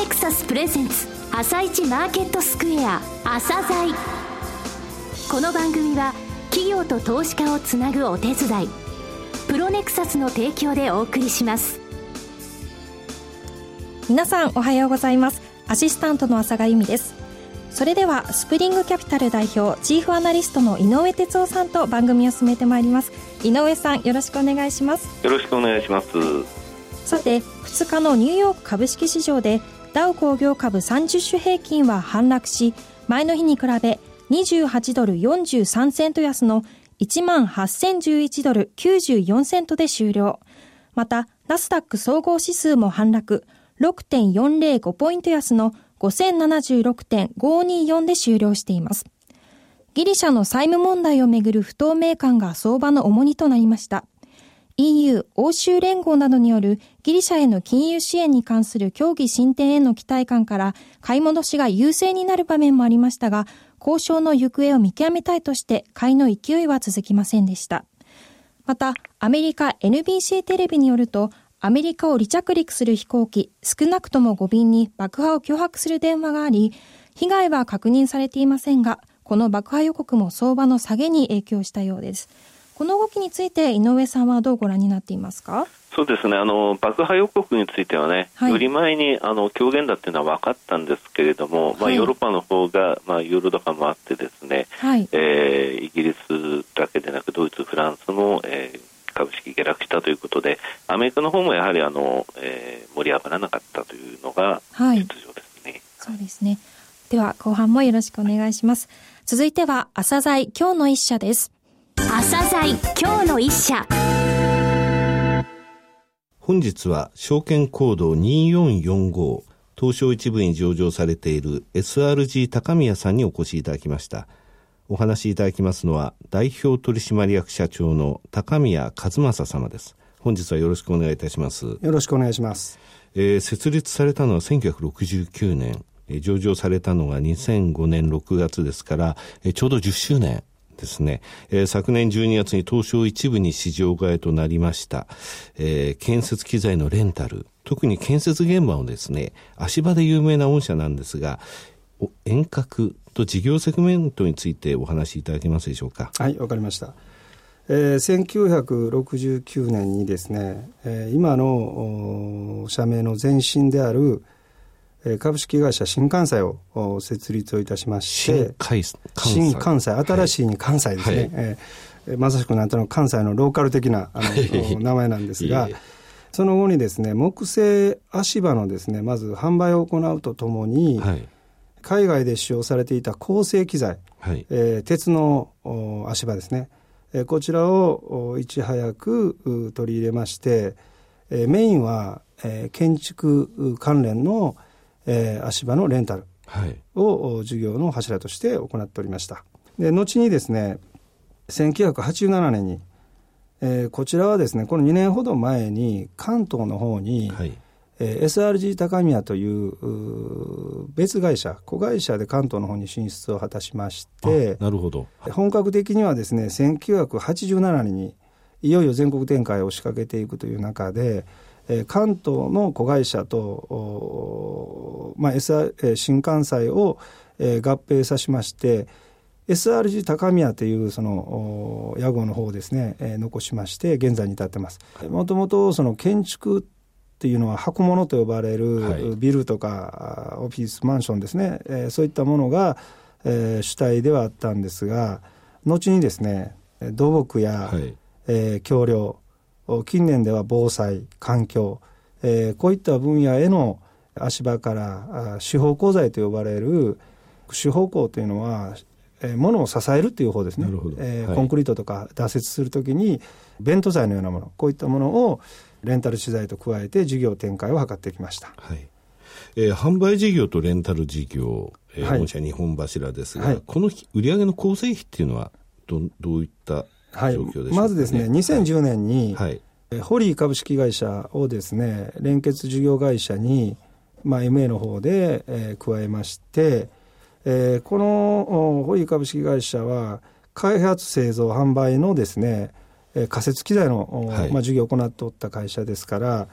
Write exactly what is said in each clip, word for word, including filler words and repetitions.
クサスプレゼンツ朝一マーケットスクエア朝鮮。この番組は企業と投資家をつなぐお手伝い、プロネクサスの提供でお送りします。 皆さんおはようございます。アシスタントの浅賀由美です。それではスプリングキャピタル代表チーフアナリストの井上哲夫さんと番組を進めてまいります。井上さん、よろしくお願いします。 よろしくお願いします。 さて、ふつかのニューヨーク株式市場でダウ工業株さんじゅっ種平均は反落し、前の日に比べにじゅうはちドルよんじゅうさんセント安の いちまんはっせんじゅういちドルきゅうじゅうよんセントで終了。またナスダック総合指数も反落 ろくてんよんぜろご ポイント安の ごせんななじゅうろくてんごによん で終了しています。ギリシャの債務問題をめぐる不透明感が相場の重荷となりました。 イーユー 欧州連合などによるギリシャへの金融支援に関する協議進展への期待感から買い戻しが優勢になる場面もありましたが、交渉の行方を見極めたいとして買いの勢いは続きませんでした。またアメリカ エヌビーシー テレビによると、アメリカを離着陸する飛行機少なくともごびんに爆破を脅迫する電話があり、被害は確認されていませんが、この爆破予告も相場の下げに影響したようです。この動きについて井上さんはどうご覧になっていますか？ そうですね、あの爆破予告についてはね、はい、より前にあの狂言だっていうのは分かったんですけれども、はい、まあ、ヨーロッパの方が、まあ、ユーロ高もあってですね、はい、えー、イギリスだけでなくドイツ、フランスも、えー、株式下落したということで、アメリカの方もやはりあの、えー、盛り上がらなかったというのが実情ですね。はい、 そうですね。では後半もよろしくお願いします。続いては朝鮮今日の一社です。 朝鮮今日の一社。 本日は証券コードにーよんよんご、東証一部に上場されている エスアールジー 高宮さんにお越しいただきました。お話しいただきますのは代表取締役社長の高宮和正様です。本日はよろしくお願いいたします。 よろしくお願いします。 えー、設立されたのはせんきゅうひゃくろくじゅうきゅうねん、えー、上場されたのがにせんごねんろくがつですから、えー、ちょうどじゅっしゅうねんですね。えー、昨年じゅうにがつに東証一部に市場替えとなりました、えー、建設機材のレンタル、特に建設現場をですね、足場で有名な御社なんですが、遠隔と事業セグメントについてお話しいただけますでしょうか？ はい、わかりました。えー、せんきゅうひゃくろくじゅうきゅうねんにですね、えー、今の社名の前身である株式会社新関西を設立をいたしまして、新関西、新しいに関西ですね、はい、えー、まさしくなんとなく関西のローカル的なあの、はい、名前なんですが、いいその後にですね、木製足場のですね、まず販売を行うとともに、はい、海外で使用されていた鋼製機材、はい、えー、鉄の足場ですね、えー、こちらをいち早く取り入れまして、えー、メインは、えー、建築関連のえー、足場のレンタルを事業の柱として行っておりました。で、後にですね、せんきゅうひゃくはちじゅうななねんに、えー、こちらはですね、このにねんほど前に関東の方に、はい、えー、エスアールジー 高宮という、う別会社、子会社で関東の方に進出を果たしまして、 なるほど。 本格的にはですね、せんきゅうひゃくはちじゅうななねんにいよいよ全国展開を仕掛けていくという中で、関東の子会社と、まあ、エスアール、新関西を合併さしまして エスアールジー 高宮というその屋号の方をですね、残しまして現在に至ってます。もともとその建築っていうのは箱物と呼ばれるビルとかオフィスマンションですね、そういったものが主体ではあったんですが、後にですね、土木や、はい、えー、橋梁、近年では防災、環境、えー、こういった分野への足場から支方鋼材と呼ばれる支方鋼というのは、えー、物を支えるという方ですね、えーはい、コンクリートとか打設するときにベント材のようなもの、こういったものをレンタル資材と加えて事業展開を図ってきました。 はい、えー、販売事業とレンタル事業、えー、御社にほん柱ですが、はい、この売上の構成比っていうのは ど, どういった状況でしょうかね？はい、 まずですね、にせんじゅうねんに、はい、ホリー株式会社をですね、連結事業会社に、まあ、エムエー の方で、えー、加えまして、えー、このホリー株式会社は開発製造販売のですね、えー、仮設機材の、はい、まあ、事業を行っておった会社ですから、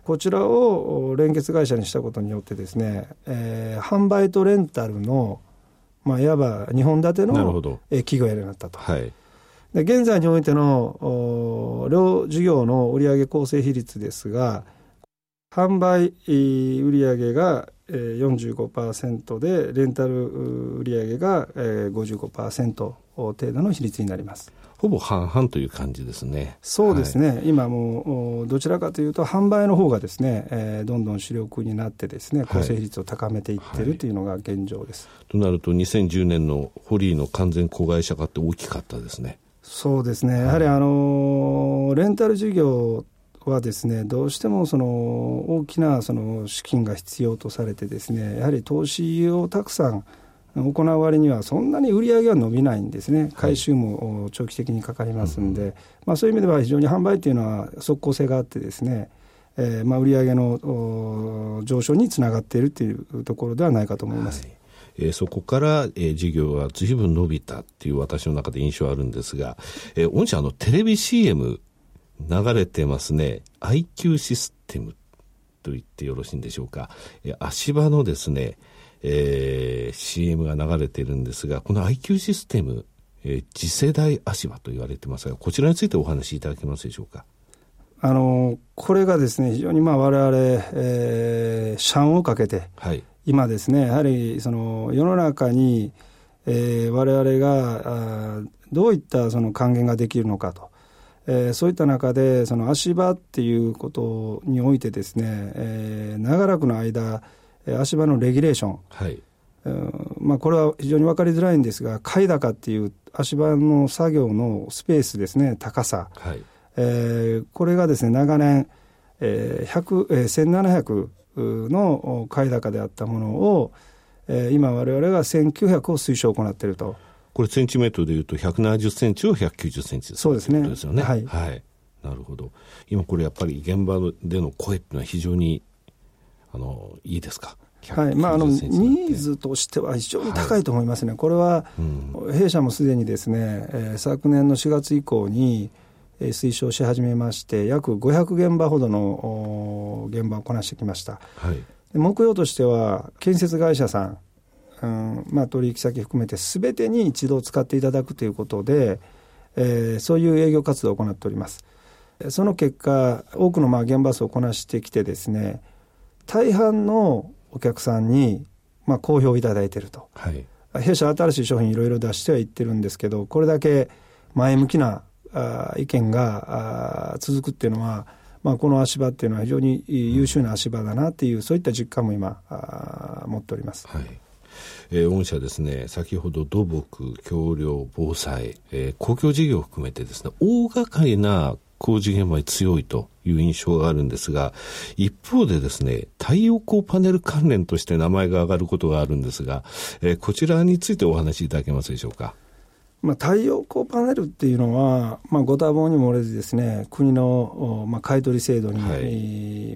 こちらを連結会社にしたことによってですね、えー、販売とレンタルの、まあ、いわばにほん立ての企業になったと、はい、で現在においての両事業の売上構成比率ですが、販売売上が よんじゅうごパーセント でレンタル売上が ごじゅうごパーセント 程度の比率になります。 ほぼ半々という感じですね。 そうですね、はい、今もうどちらかというと販売の方がですね、えー、どんどん主力になってですね、構成比率を高めていっているというのが現状です、 はいはい、となるとにせんじゅうねんのホリーの完全子会社化って大きかったですね。 そうですね、やはりあのレンタル事業はですね、どうしてもその大きなその資金が必要とされてですね、やはり投資をたくさん行う割にはそんなに売り上げは伸びないんですね。回収も長期的にかかりますんで、はい、まあ、そういう意味では非常に販売というのは即効性があってですね、えー、まあ売り上げの上昇につながっているというところではないかと思います、はい、 えー、そこから、えー、事業が随分伸びたっていう私の中で印象あるんですが、えー、御社のテレビ シーエム流れてますね。 アイキュー システムと言ってよろしいんでしょうか。えー、足場のですね、えー、シーエム が流れているんですが、この アイキュー システム、えー、次世代足場と言われてますが、こちらについてお話しいただけますでしょうか。 あのこれがですね、非常にまあ我々、えー、社運をかけて、はい、今ですね、やはりその世の中に、えー、我々がどういったその還元ができるのかと、えー、そういった中でその足場っていうことにおいてですね、えー、長らくの間足場のレギュレーション、はい、えーまあ、これは非常に分かりづらいんですが、階高っていう足場の作業のスペースですね、高さ、はい、えー、これがですね長年、えー、せんななひゃくの階高であったものを、えー、今我々がせんきゅうひゃくを推奨を行っていると。 これセンチメートルでいうとひゃくななじゅっセンチをひゃくきゅうじゅっセンチそうですね。 ですよね。はい、はい、なるほど。今これやっぱり現場での声っていうのは非常にあのいいですか。 はい、まあ、あのニーズとしては非常に高いと思いますね、はい、これは、うん、弊社もすでにですね、えー、昨年のしがつ以降に、えー、推奨し始めまして、約ごひゃくげんばほどの現場をこなしてきました、はい、で目標としては建設会社さん、うんまあ、取引先含めて全てに一度使っていただくということで、えー、そういう営業活動を行っております。その結果、多くのまあ現場数をこなしてきてですね、大半のお客さんにまあ好評いただいていると、はい、弊社新しい商品いろいろ出してはいってるんですけど、これだけ前向きなあ意見があ続くっていうのは、まあ、この足場っていうのは非常に優秀な足場だなっていう、そういった実感も今あ持っております、 はい。えー、御社ですね、先ほど土木、橋梁、防災、えー、公共事業を含めてですね、大掛かりな工事現場に強いという印象があるんですが、一方でですね、太陽光パネル関連として名前が挙がることがあるんですが、えー、こちらについてお話しいただけますでしょうか。 まあ、太陽光パネルっていうのは、まあ、ご多忙にも漏れずですね、国の、まあ、買取制度に、はい、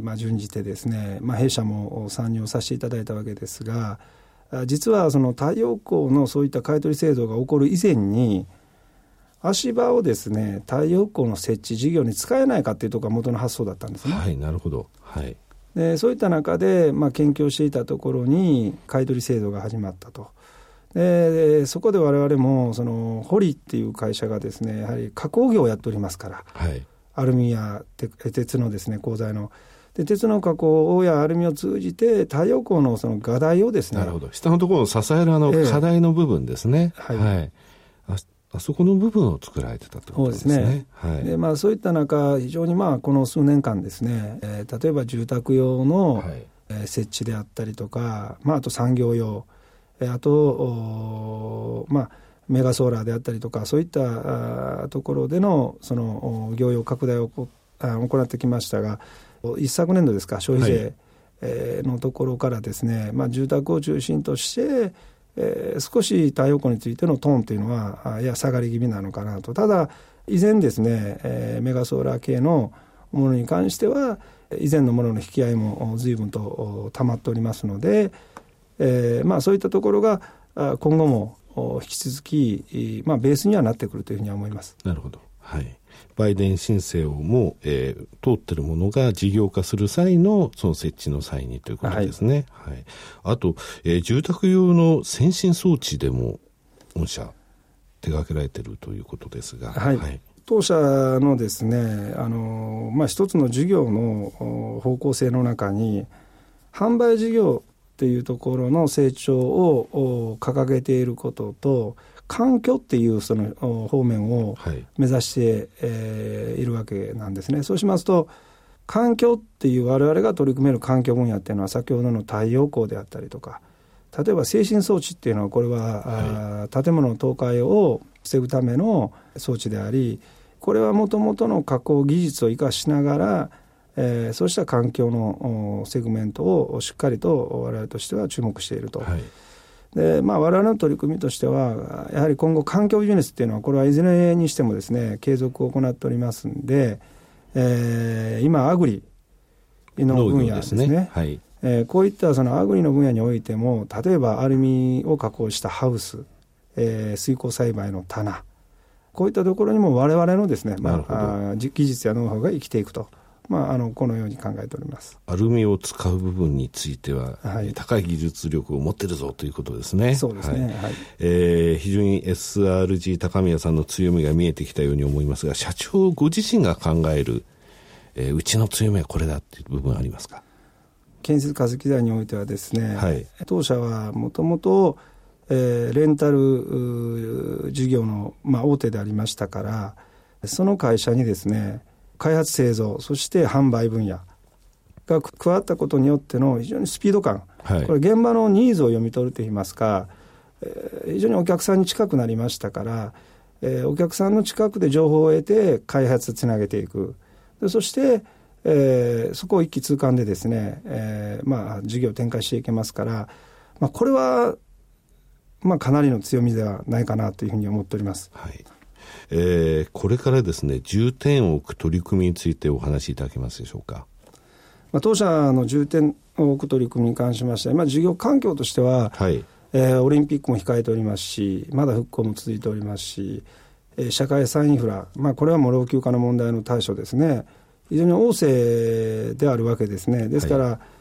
まあ、準じてですね、まあ、弊社も参入させていただいたわけですが、実はその太陽光のそういった買取制度が起こる以前に、足場をですね、太陽光の設置事業に使えないかというところが元の発想だったんですね。 はい、なるほど。はい、 でそういった中で、まあ、研究していたところに買取制度が始まったと。でそこで我々もそのホリっていう会社がですね、やはり加工業をやっておりますから、はい、アルミや鉄のですね、鋼材ので鉄の加工やアルミを通じて太陽光のその画題をですね、 なるほど、下のところを支えるあの課題の部分ですね、えー、はい、はい、あ, あそこの部分を作られてたということですね。そうですね、はい、でまあ、そういった中、非常にまあこの数年間ですね、えー、例えば住宅用の、はい、えー、設置であったりとか、まあ、あと産業用、あと、まあ、メガソーラーであったりとか、そういったところでのその業用拡大を行ってきましたが、一昨年度ですか、消費税、はい、のところからですね、まあ、住宅を中心として、えー、少し太陽光についてのトーンというのはや下がり気味なのかなと。ただ依然ですね、えー、メガソーラー系のものに関しては以前のものの引き合いも随分と溜まっておりますので、えーまあ、そういったところが今後も引き続き、まあ、ベースにはなってくるというふうには思います。 なるほど、はい。 売電申請をも、えー、通っているものが事業化する際のその設置の際にということですね。はい。はい、あと、えー、住宅用の先進装置でも御社手掛けられているということですが、 はい。はい、当社のですね、あのまあ、一つの事業の方向性の中に販売事業っていうところの成長を掲げていることと、環境っていうその方面を目指して、はい、えー、いるわけなんですね。そうしますと、環境っていう我々が取り組める環境分野っていうのは先ほどの太陽光であったりとか、例えば制振装置っていうのはこれは、はい、建物の倒壊を防ぐための装置であり、これはもともとの加工技術を生かしながら、えー、そうした環境のセグメントをしっかりと我々としては注目していると。はい、でまあ、我々の取り組みとしてはやはり今後環境ビジネスっていうのはこれはいずれにしてもですね継続を行っておりますんで、えー、今アグリの分野ですね、ですね、はい、えー、こういったそのアグリの分野においても、例えばアルミを加工したハウス、えー、水耕栽培の棚、こういったところにも我々のですね、まあ、あ技術やノウハウが生きていくと、まあ、あのこのように考えております。 アルミを使う部分については、はい、高い技術力を持っているぞということですね。 そうですね、はいはい、 えー、非常に エスアールジー 高宮さんの強みが見えてきたように思いますが、社長ご自身が考える、えー、うちの強みはこれだっていう部分ありますか？ 建設化石材においてはですね、はい、当社はもともとレンタル事業の、まあ、大手でありましたから、その会社にですね、開発製造そして販売分野が加わったことによっての非常にスピード感、はい、これ現場のニーズを読み取るといいますか、えー、非常にお客さんに近くなりましたから、えー、お客さんの近くで情報を得て開発つなげていく。でそして、えー、そこを一気通貫でですね、えーまあ、事業を展開していけますから、まあ、これは、まあ、かなりの強みではないかなというふうに思っております。 はい、えー、これからですね、重点を置く取り組みについてお話しいただけますでしょうか。 まあ、当社の重点を置く取り組みに関しまして、まあ、事業環境としては、はい、えー、オリンピックも控えておりますし、まだ復興も続いておりますし、えー、社会再インフラ、まあ、これはもう老朽化の問題の対処ですね、非常に旺盛であるわけですね。ですから、はい、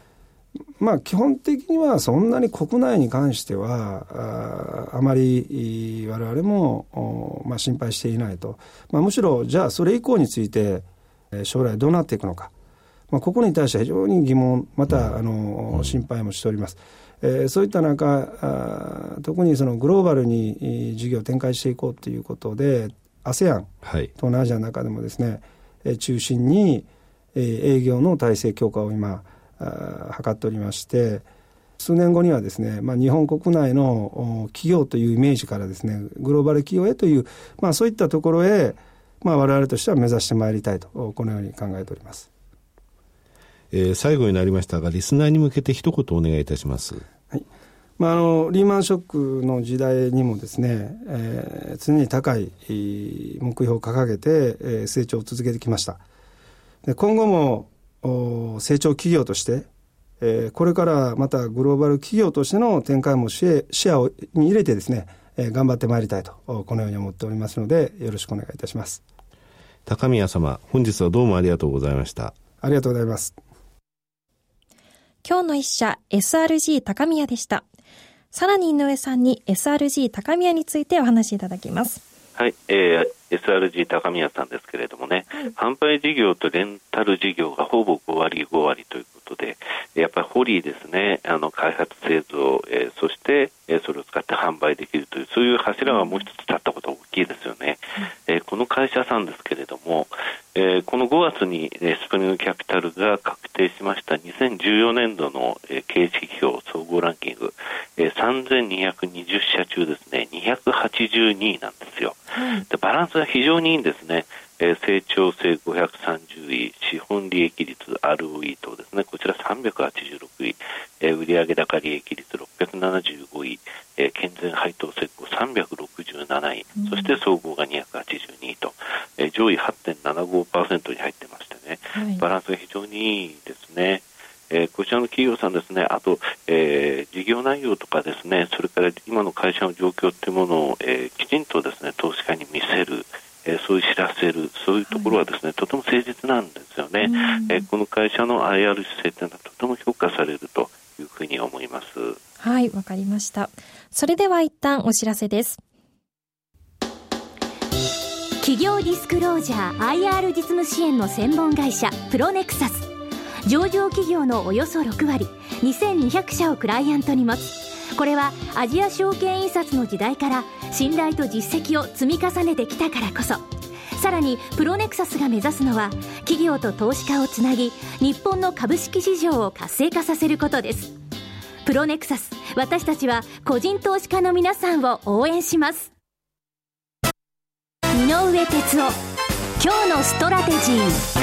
まあ、基本的にはそんなに国内に関しては あ, あまり我々も、まあ、心配していないと、まあ、むしろじゃあそれ以降について将来どうなっていくのか、まあ、ここに対して非常に疑問またあの、うん、心配もしております。えー、そういった中、あ特にそのグローバルに事業を展開していこうということで アセアン、はい、東南アジアの中でもですね、えー、中心に、えー、営業の体制強化を今図っておりまして、数年後にはですね、まあ、日本国内の企業というイメージからですね、グローバル企業へという、まあ、そういったところへ、まあ、我々としては目指してまいりたいと、このように考えております。 えー、最後になりましたが、リスナーに向けて一言お願いいたします。 はい、まあ、あのリーマンショックの時代にもですね、えー、常に高い目標を掲げて、えー、成長を続けてきました。で今後も成長企業として、えー、これからまたグローバル企業としての展開もシェア、シェアをに入れてですね、えー、頑張ってまいりたいとこのように思っておりますので、よろしくお願いいたします。 高宮様、本日はどうもありがとうございました。 ありがとうございます。 今日の一社 エスアールジー 高宮でした。さらに井上さんに エスアールジー 高宮についてお話しいただきます。 はい、えー、エスアールジー 高宮さんですけれどもね、はい、販売事業とレンタル事業がほぼごわりごわりということで、やっぱりホリーですね、あの開発製造、えー、そして、えー、それを使って販売できるという、そういう柱がもう一つ立ったことが大きいですよね。うん、えー、この会社さんですけれども、えー、このごがつに、えー、スプリングキャピタルが確定しましたにせんじゅうよねんどの、えー、経営指標総合ランキング、えー、さんぜんにひゃくにじゅっしゃ中ですね、にひゃくはちじゅうにいなんですよ。うん、でバランスが非常にいいんですね。えー、成長性ごひゃくさんじゅうい、資本利益率 アールオーイー 等ですね、こちらさんびゃくはちじゅうろくい、えー、売上高利益率ろっぴゃくななじゅうごい、えー、健全配当成功さんびゃくろくじゅうなない、うん、そして総合がにひゃくはちじゅうにいと、えー、上位 はちてんななごパーセント に入ってましてね、はい、バランスが非常にいいですね。えー、こちらの企業さんですね、あと、えー、事業内容とかですね、それから今の会社の状況というものを、えー、きちんとですね、投資家に見せる、 えー、そういう知らせるそういうところはですね、はい、とても誠実なんですよね、えー、この会社の アイアール 姿勢というのはとても評価されるというふうに思います。 はい、わかりました。それでは一旦お知らせです。 企業ディスクロージャー アイアール 実務支援の専門会社プロネクサス、上場企業のおよそろくわりにせんにひゃくしゃをクライアントに持つ。これはアジア証券印刷の時代から信頼と実績を積み重ねてきたからこそ、さらにプロネクサスが目指すのは企業と投資家をつなぎ日本の株式市場を活性化させることです。プロネクサス、私たちは個人投資家の皆さんを応援します。井上哲夫、今日のストラテジー。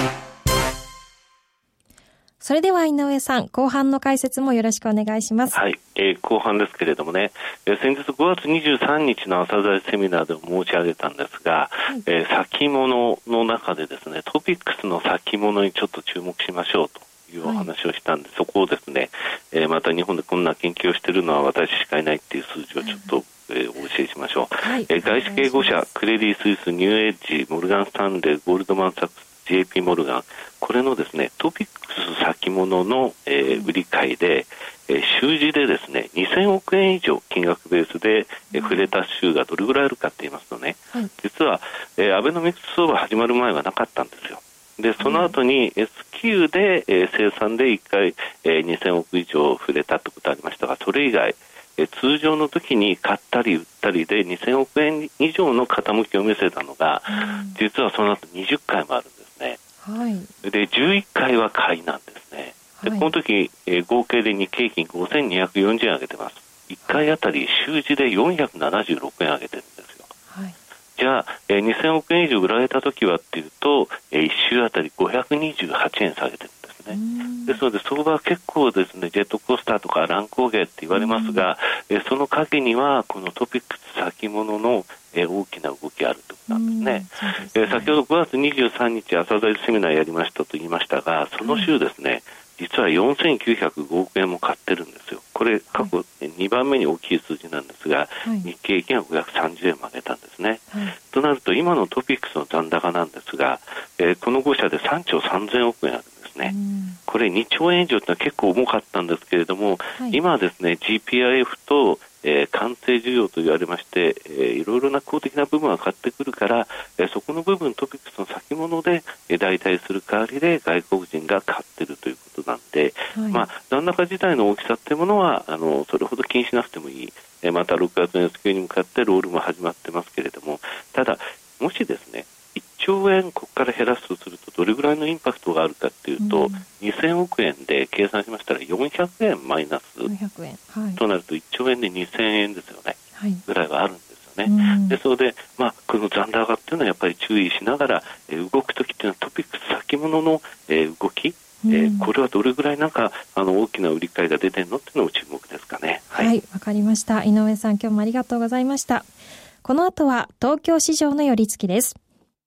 それでは井上さん、後半の解説もよろしくお願いします。 はい、えー、後半ですけれどもね、えー、先日ごがつにじゅうさんにちの朝鮮セミナーでも申し上げたんですが、はい、えー、先物の中でですね、トピックスの先物にちょっと注目しましょうというお話をしたんで、はい、そこをですね、えー、また日本でこんな研究をしているのは私しかいないっていう数字をちょっと、うん、えー、お教えしましょう。はい、えー、外資系ごしゃ、クレディ・スイス、ニューエッジ、モルガン・スタンレー、ゴールドマン・サックス、ジェーピー モルガン、これのですねトピックス先物の、えー、売り買いで、えー、週次でですねにせんおくえん以上金額ベースで、えー、触れた週がどれぐらいあるかって言いますとね、はい、実は、えー、アベノミクス相場始まる前はなかったんですよ。でその後に S q で、えー、生産でいっかい、えー、にせんおく以上触れたってことありましたが、それ以外え通常の時に買ったり売ったりでにせんおくえん以上の傾きを見せたのが、うん、実はその後にじゅっかいもあるんですね。はい、でじゅういっかいは買いなんですね。でこの時、えー、合計で日経平均ごせんにひゃくよんじゅうえん上げてます。いっかいあたり週次でよんひゃくななじゅうろくえん上げてるんですよ。はい、じゃあ、えー、にせんおくえん以上売られた時はっていうと、えー、いっ週あたりごひゃくにじゅうはちえん下げてるんですね。ですので相場は結構ですねジェットコースターとか乱高下って言われますが、えー、その陰にはこのトピックス先物の、えー、大きな動きがあるということなんですね。えー、先ほどごがつにじゅうさんにち朝鮮セミナーやりましたと言いましたが、その週ですね、はい、実はよんせんきゅうひゃくごおくえんも買ってるんですよ。これ過去にばんめに大きい数字なんですが、はい、日経平均はごひゃくさんじゅうえんも上げたんですね。はい、となると今のトピックスの残高なんですが、えー、このご社でさんちょうさんぜんおくえんあるんですね。これにちょうえん以上というのは結構重かったんですけれども、はい、今はですね ジーピーアイエフ とえー、完成需要と言われまして、えー、いろいろな公的な部分が買ってくるから、えー、そこの部分トピックスの先物で、えー、代替する代わりで外国人が買っているということなんで、はい、まあ、残高自体の大きさっていうものはあのそれほど気にしなくてもいい、えー、またろくがつの S q に向かってロールも始まってますけれども、ただもしですねいっちょうえんここから減らすとするとどれぐらいのインパクトがあるかというと、うん、にせんおくえんで計算しましたらよんひゃくえんマイナスよんひゃくえん、はい、となるといっちょうえんでにせんえんですよね、はい、ぐらいはあるんですよね。うん、ですので、まあ、この残高っていうのはやっぱり注意しながら、えー、動くときっていうのはトピックス先物の、えー、動き、えー、これはどれぐらいなんかあの大きな売り買いが出てるのっていうのも注目ですかね。 はい、わ、はい、かりました。井上さん、今日もありがとうございました。この後は東京市場の寄り付きです。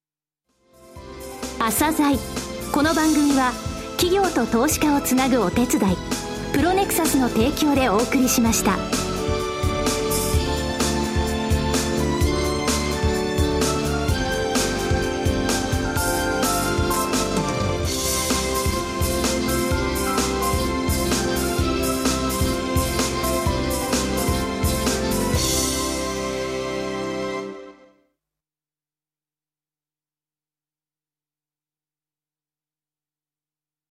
朝鮮、この番組は企業と投資家をつなぐお手伝いプロネクサスの提供でお送りしました。